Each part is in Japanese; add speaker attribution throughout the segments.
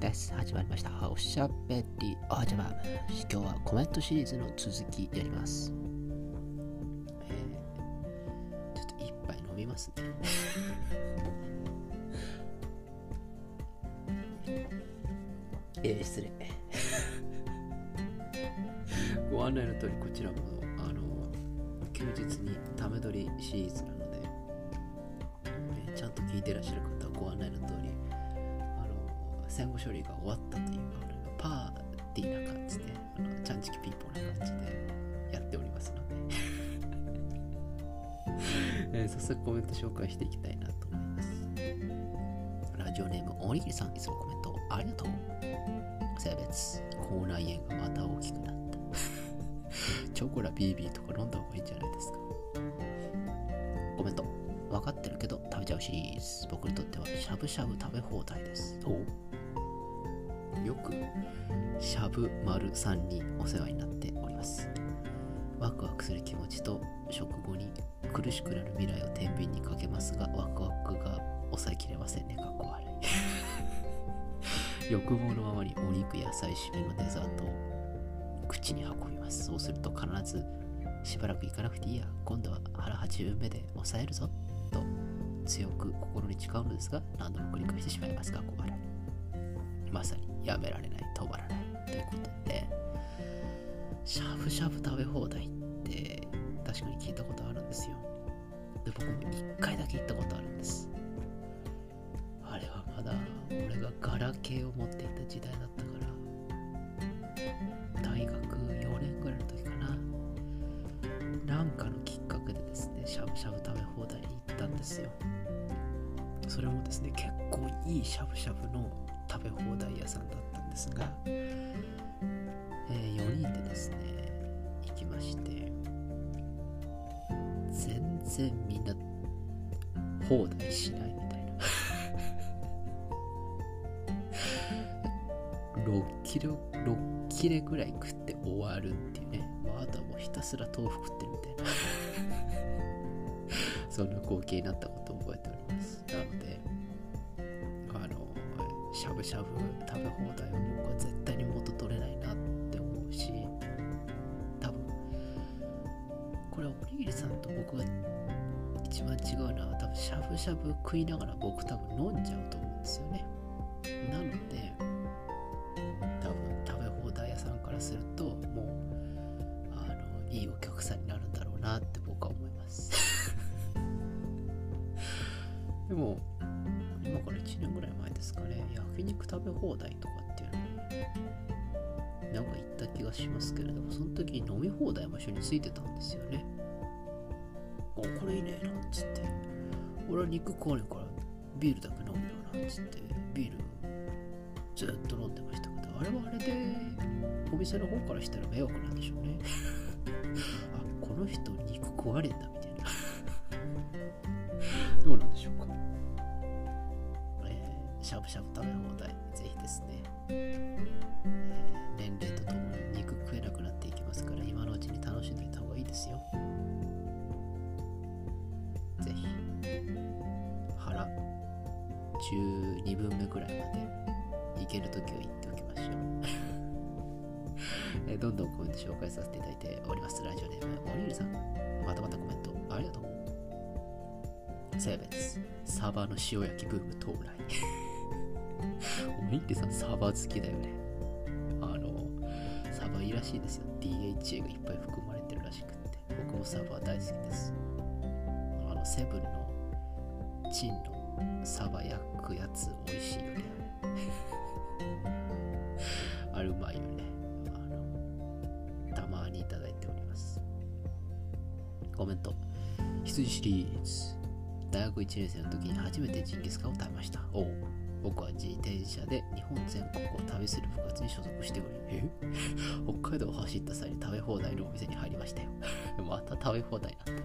Speaker 1: です。始まりました。おしゃべりおじゃま。今日はコメントシリーズの続きやります。ちょっと一杯飲みますね。失礼。ご案内の通り、こちらも休日にため撮りシリーズなので、ちゃんと聞いてらっしゃる方はご案内の通り、戦後処理が終わったというパーティーな感じで、ちゃんちきピーポーな感じでやっておりますので、早速コメント紹介していきたいなと思います。ラジオネームおにぎりさん、いつもコメントありがとう。性別、口内炎がまた大きくなった。チョコラ BB とか飲んだ方がいいんじゃないですか。コメント、分かってるけど食べちゃうし、僕にとってはしゃぶしゃぶ食べ放題です。よくしゃぶ丸さんにお世話になっております。ワクワクする気持ちと食後に苦しくなる未来を天秤にかけますが、ワクワクが抑えきれませんね。かっこ悪い。欲望のままにお肉野菜締めのデザートを口に運びます。そうすると必ずしばらく行かなくていいや、今度は腹8分目で抑えるぞと強く心に誓うのですが、何度も繰り返してしまいます。かっこ悪い。まさにやめられない、止まらないということで、しゃぶしゃぶ食べ放題って確かに聞いたことあるんですよ。で、僕も1回だけ行ったことあるんです。あれはまだ俺がガラケーを持っていた時代だったから、大学4年ぐらいの時かな。なんかのきっかけでですね、しゃぶしゃぶ食べ放題に行ったんですよ。それもですね、結構いいしゃぶしゃぶの食べ放題屋さんだったんですが、4人でですね行きまして、全然みんな放題しないみたいな。6切れぐらい食って終わるっていうね、あとはもうひたすら豆腐食ってるみたいなそんな光景になったことを覚えております。なのでしゃぶしゃぶ食べ放題は僕は絶対に元取れないなって思うし、多分これはおにぎりさんと僕が一番違うのは、多分しゃぶしゃぶ食いながら僕多分飲んじゃうと思うんですよね。なので多分食べ放題屋さんからすると、もういいお客さんになるんだろうなって僕は思いますでも今から1年ぐらい前ですかね、焼肉食べ放題とかっていうのになんか行った気がしますけれども、その時に飲み放題も一緒についてたんですよね。これいいねなんつって、俺は肉食わねえからビールだけ飲むよなんつって、ビールずっと飲んでましたけど、あれはあれでお店の方からしたら迷惑なんでしょうねあ、この人肉食われんだみたいなどうなんでしょうか。しゃぶしゃぶ食べ放題、ぜひですね、年齢とともに肉食えなくなっていきますから、今のうちに楽しんでいた方がいいですよ。ぜひ腹12分目くらいまで行けるときは行っておきましょうどんどんコメント紹介させていただいております。ラジオネームおにぎりさん、またまたコメントありがとう。性別、サバの塩焼きブーム到来おにぎりさんサバ好きだよね。サバいいらしいですよ。 DHA がいっぱい含まれてるらしくって、僕もサバ大好きです。セブンのチンのサバ焼くやつ美味しいよねあれうまいよね。たまにいただいております。コメント、羊シリーズ、大学1年生の時に初めてジンギスカンを食べました。僕は自転車で日本全国を旅する部活に所属しており、北海道を走った際に食べ放題のお店に入りましたよまた食べ放題なん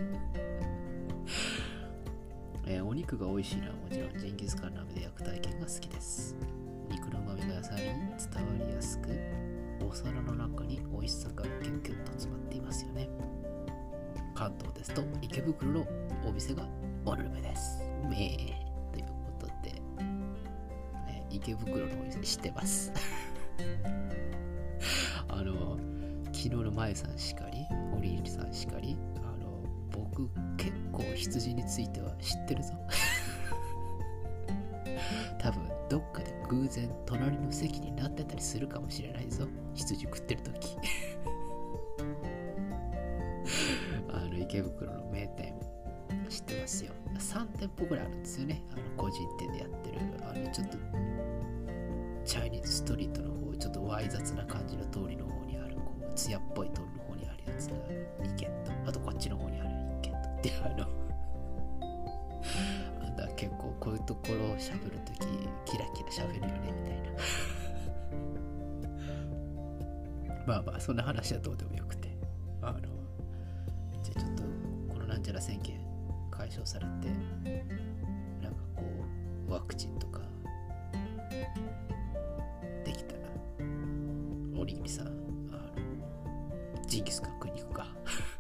Speaker 1: だお肉が美味しいのはもちろんジンギスカン鍋で焼く体験が好きです。肉の旨味が野菜に伝わりやすく、お皿の中に美味しさがギュッギュッと詰まっていますよね。関東ですと池袋のお店がおすすめです。ということで、行池袋の方に知ってます昨日のまゆさんしかりおりりさんしかり僕結構羊については知ってるぞ多分どっかで偶然隣の席になってたりするかもしれないぞ、羊食ってる時池袋の名店知ってますよ。3店舗ぐらいあるんですよね。個人店でやってるちょっとチャイニーズストリートの方、ちょっとわい雑な感じの通りの方にある艶っぽい通りの方にあるやつが2軒と、あとこっちの方にある1軒とって結構こういうところを喋るときキラキラ喋るよねみたいなまあまあそんな話はどうでもよくて、じゃあちょっとこのなんちゃら宣言解消されて、なんかこうワクチンとかできたらおにぎりさんジンギスカン食いに行くか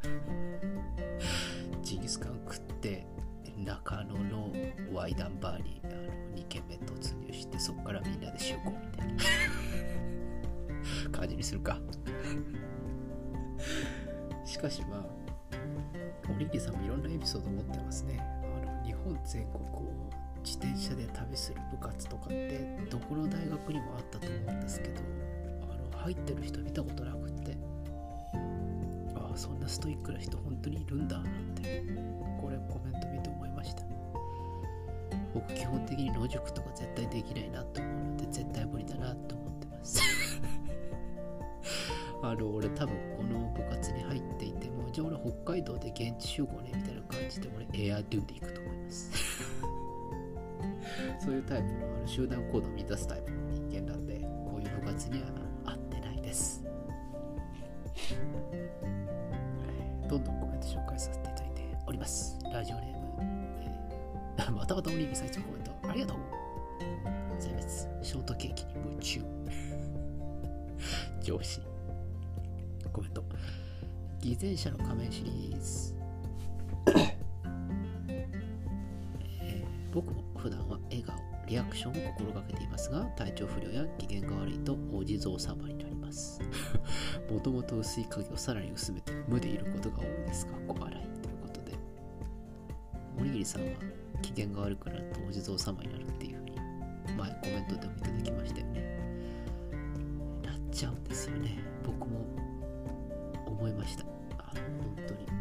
Speaker 1: ジンギスカン食って中野のワイダンバーに2軒目突入して、そこからみんなで集合みたいな感じにするかしかしまあおにぎりさんもいろんなエピソード持ってますね。日本全国を自転車で旅する部活とかってどこの大学にもあったと思うんですけど、入ってる人見たことなくって、そんなストイックな人本当にいるんだなんて、これコメント見て思いました。僕基本的に野宿とか絶対できないなと思うので絶対無理だなと思ってます俺多分この部活に入っていても、じゃあ俺北海道で現地集合ねみたいな感じで俺エアドゥで行くと思いますそういうタイプの集団行動を満たすタイプの人間なんで、こういう部活には合ってないですどんどんコメント紹介させていただいております。ラジオネーム、またまたおにぎりさんいつもコメントありがとう。性別ショートケーキに夢中上司コメント、偽善者の仮面シリーズ僕も普段は笑顔リアクションを心がけていますが、体調不良や機嫌が悪いとお地蔵様になりますもともと薄い影をさらに薄めて無でいることが多いですが、小笑いということで、おにぎりさんは機嫌が悪くなるとお地蔵様になるっていうふうに前コメントでもいただきましたよね。なっちゃうんですよね。僕も思いました。本当に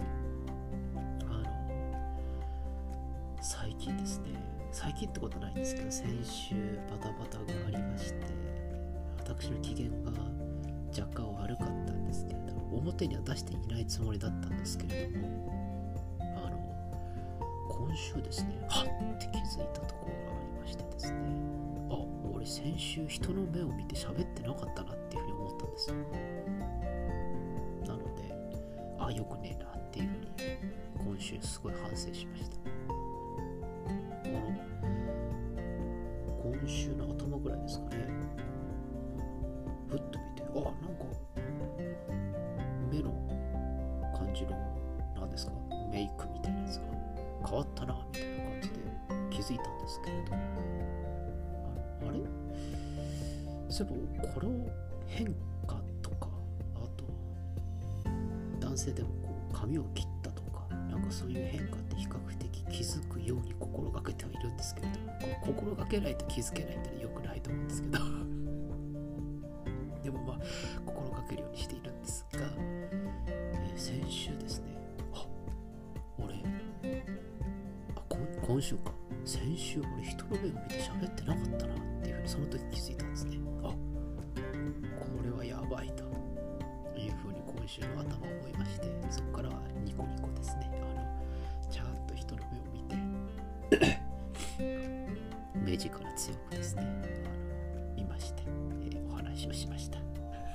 Speaker 1: 最近ですね、最近ってことないんですけど、先週バタバタがありまして、私の機嫌が若干悪かったんですけれども、表には出していないつもりだったんですけれども、今週ですね、はって気づいたところがありましてですね、俺先週人の目を見て喋ってなかったなっていうふうに思ったんですよ。なのでよくねえなっていうふうに今週すごい反省しました。今週の頭ぐらいですかね、ふっと見て、なんか目の感じの何ですか、メイクみたいなやつが変わったなみたいな感じで気づいたんですけれど、あれそういえばこれを変化とか、あと男性でも髪を切ったとか、なんかそういう変化って比較的気づくように心がけてはいるんですけれども、心がけないと気づけないってのは良くないと思うんですけどでも心がけるようにしているんですが、先週ですね、今週か、先週俺人の目を見て喋ってなかったなっていうふうにその時気づいたんですね。これはやばいというふうに今週の頭を思いまして、そこからはニコニコですね、ちゃんと人の目を見て目力強くですね見まして、お話をしました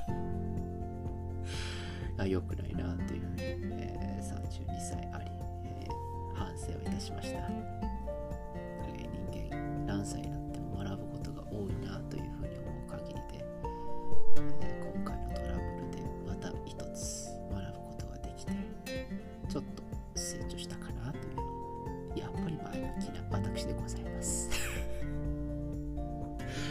Speaker 1: 良くないなというふうに、32歳あり、反省をいたしました。人間何歳になっても学ぶことが多いなというふうに思う限りで、今回のトラブルでまた一つ学ぶことができて、ちょっと成長したかなというふうに、やっぱり前向きな私でございます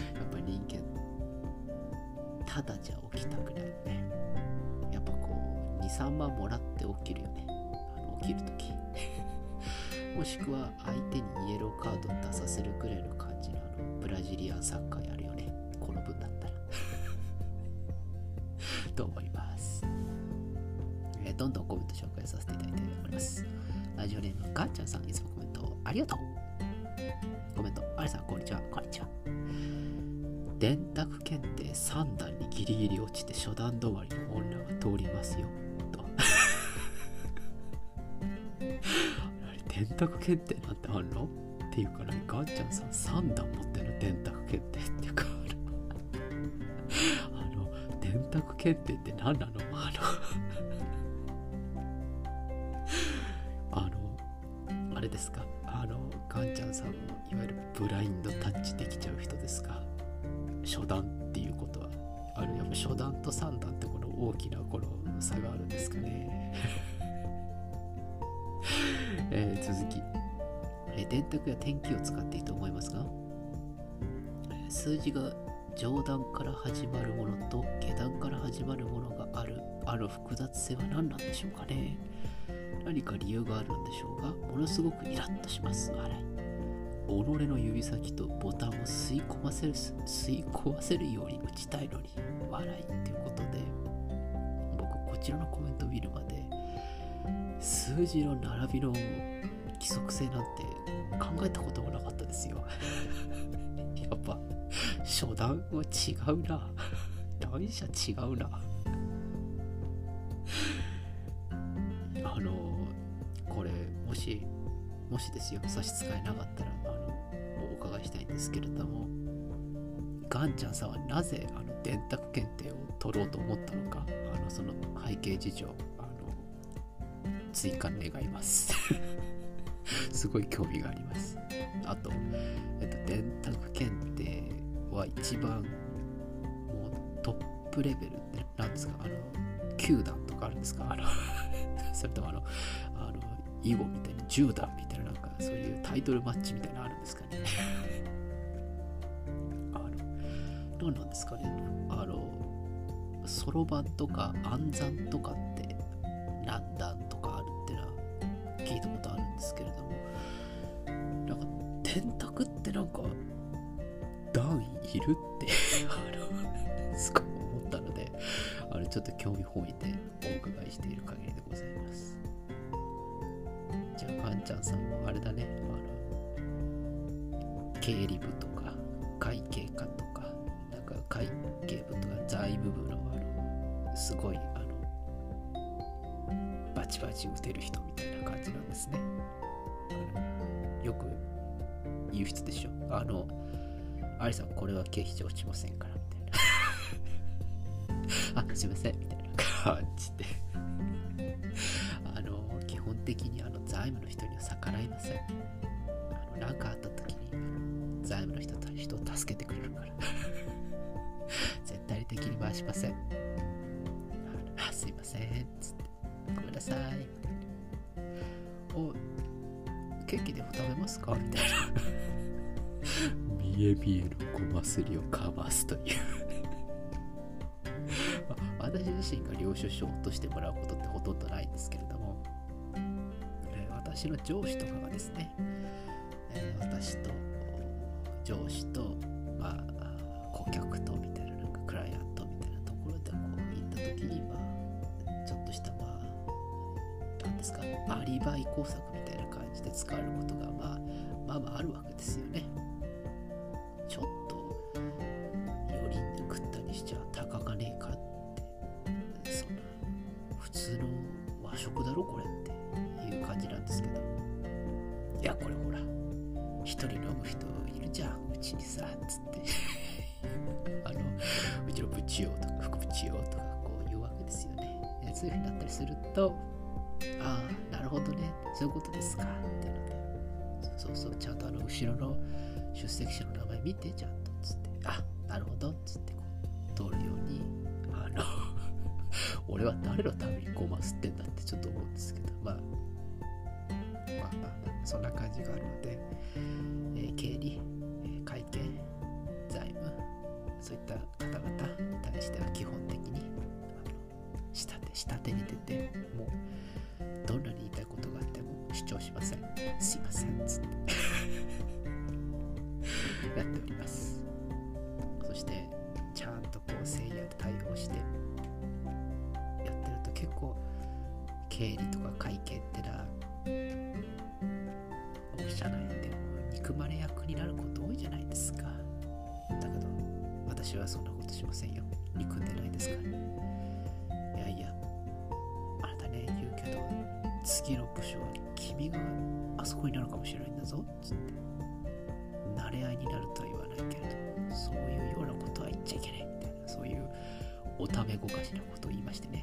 Speaker 1: ただじゃ起きたくないよね。やっぱこう2、3万もらって起きるよね。起きるときもしくは相手にイエローカード出させるくらいの感じのブラジリアンサッカーやるよね、この分だったらと思います。どんどんコメント紹介させていただいております。ラジオネームガンちゃんさん、いつもコメントありがとう。コメント、ありさんこんにちは。こんにちは。電卓検定3段にギリギリ落ちて初段止まりの女が通りますよと電卓検定なんてあんのっていうかね、ガンちゃんさん3段持ってる電卓検定っていうか電卓検定って何なの？あれですか、ガンちゃんさんもいわゆるブラインドタッチできちゃう人ですか？初段っていうことはやっぱ初段と3段ってこの大きなこの差があるんですかね続き、電卓や点キーを使っていいと思いますが、数字が上段から始まるものと下段から始まるものがある複雑性は何なんでしょうかね。何か理由があるんでしょうが、ものすごくイラッとします。笑い。己の指先とボタンを吸い込ませるように打ちたいのに笑いっていうことで、僕こちらのコメントを見るまで数字の並びの規則性なんて考えたこともなかったですよやっぱ初段は違うな段差違うなこれもしですよ、差し支えなかったらお伺いしたいんですけれども、ガンちゃんさんはなぜ電卓検定を取ろうと思ったのか、その背景事情追加願いますすごい興味があります。あと、電卓検定は一番もうトップレベルって何ですか、9段とかあるんですかそれとも囲碁みたいに10段みたいな、なんかそういうタイトルマッチみたいなのあるんですかね何なんですかね。そろばんとか暗算とかって何段とかあるってのは聞いたことあるんですけれども、なんか電卓ってなんか段いるってすごい思ったので、ちょっと興味本位でお伺いしている限りでございます。じゃあガンちゃんさんもあれだね、経理部とか会計課とか、なんか会計部とか財務部のすごいバチバチ打てる人みたいな感じなんですね。よく言う人でしょ。アリさんこれは経費落ちませんからみたいなあ、すいませんみたいな感じで基本的に財務の人には逆らいません。何かあった時に財務の人を助けてくれるから絶対的に回しません。すいませんつってごめんなさいおケーキでも食べますかみたいな見え見えのごますりをかますという私自身が領収書を落としてもらうことってほとんどないんですけれども、私の上司とかがですね、私と上司と、顧客とみたいな、なんかクライアントみたいなところでこう行った時に、ちょっとしたなんですか、アリバイ工作みたいな感じで使われることがまああるわけですよね。ちょっと4人で食ったにしちゃ高かねえかって、そんな普通の和食だろこれっていう感じなんですけど、いやこれほら一人飲む人いるじゃんうちにさつってうちの部長とか副部長とかこう言うわけですよね。そういう風になったりすると、ああなるほどね、そういうことですかっていうので、そうちゃんと後ろの出席者の名前見てちゃんとつって、あなるほどつってこう通るように、俺は誰のためにごますってんだってちょっと思うんですけど、そんな感じがあるので、経理、会計、財務、そういった方々に対しては基下手に出て、もうどんなに言いたいことがあっても主張しません。すいませんつってやっております。そしてちゃんとこう誠意で対応してやってると、結構経理とか会計ってな、社内でも憎まれ役になること多いじゃないですか。だけど私はそんなことしませんよ。憎んでないですから。いやいや、あなたね言うけど、次の部署は君があそこになるかもしれないんだぞつって、慣れ合いになるとは言わないけれど、そういうようなことは言っちゃいけないみたいな、そういうおためごかしなことを言いましてね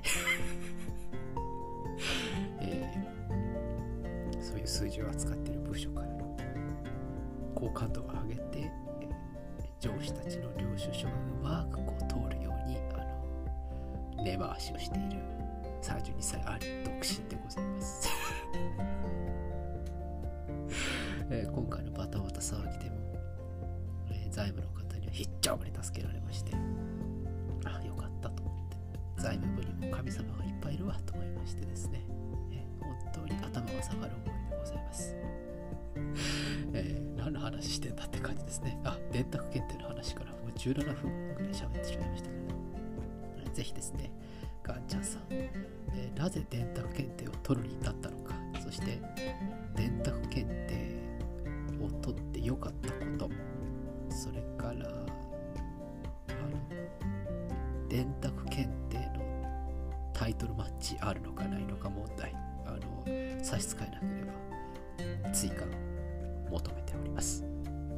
Speaker 1: そういう数字を扱っている部署からの好感度を上げて、上司たちの領収書がうまくこう通るように根回しをしている32歳あり独身でございます今回のバタバタ騒ぎでも、財務の方には非常に助けられまして、あ、よかったと思って、財務部にも神様がいっぱいいるわと思いましてですね、本当に頭が下がる思いでございます。何の話してんだって感じですね。電卓検定の話からもう17分ぐらい喋ってしまいましたけど、ぜひですね、ガンちゃんさん、なぜ電卓検定を取るに至ったのか、そして電卓検定を取ってよかったこと、それから電卓検定のタイトルマッチあるのかないのか問題、差し支えなければ追加求めております。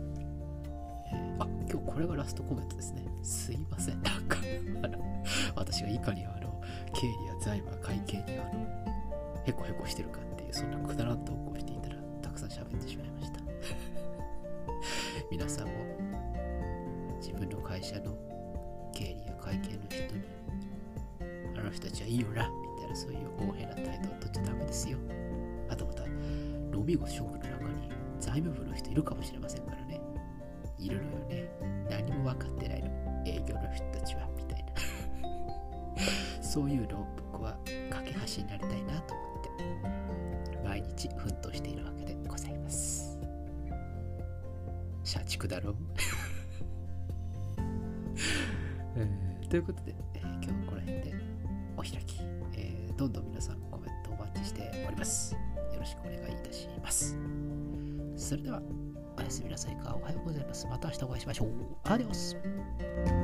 Speaker 1: 今日これがラストコメントですね。すいません。なんか私がいかに経理や財務や会計にヘコヘコしてるかっていう、そんなくだらん投稿していたらたくさん喋ってしまいました皆さんも自分の会社の経理や会計の人に、あの人たちはいいよなみたいな、そういう横柄な態度を取っちゃダメですよ。あとまた飲み子職の中に財務部の人いるかもしれませんからね。いるのよね。何も分かってないの、営業の人たちはみたいなそういうのを僕は架け橋になりたいなと思って毎日奮闘しているわけでございます。社畜だろということで、今日はこの辺でお開き、どんどん皆さんコメントお待ちしております。よろしくお願いいたします。それではおやすみなさいか、おはようございます。また明日お会いしましょう。アディオス。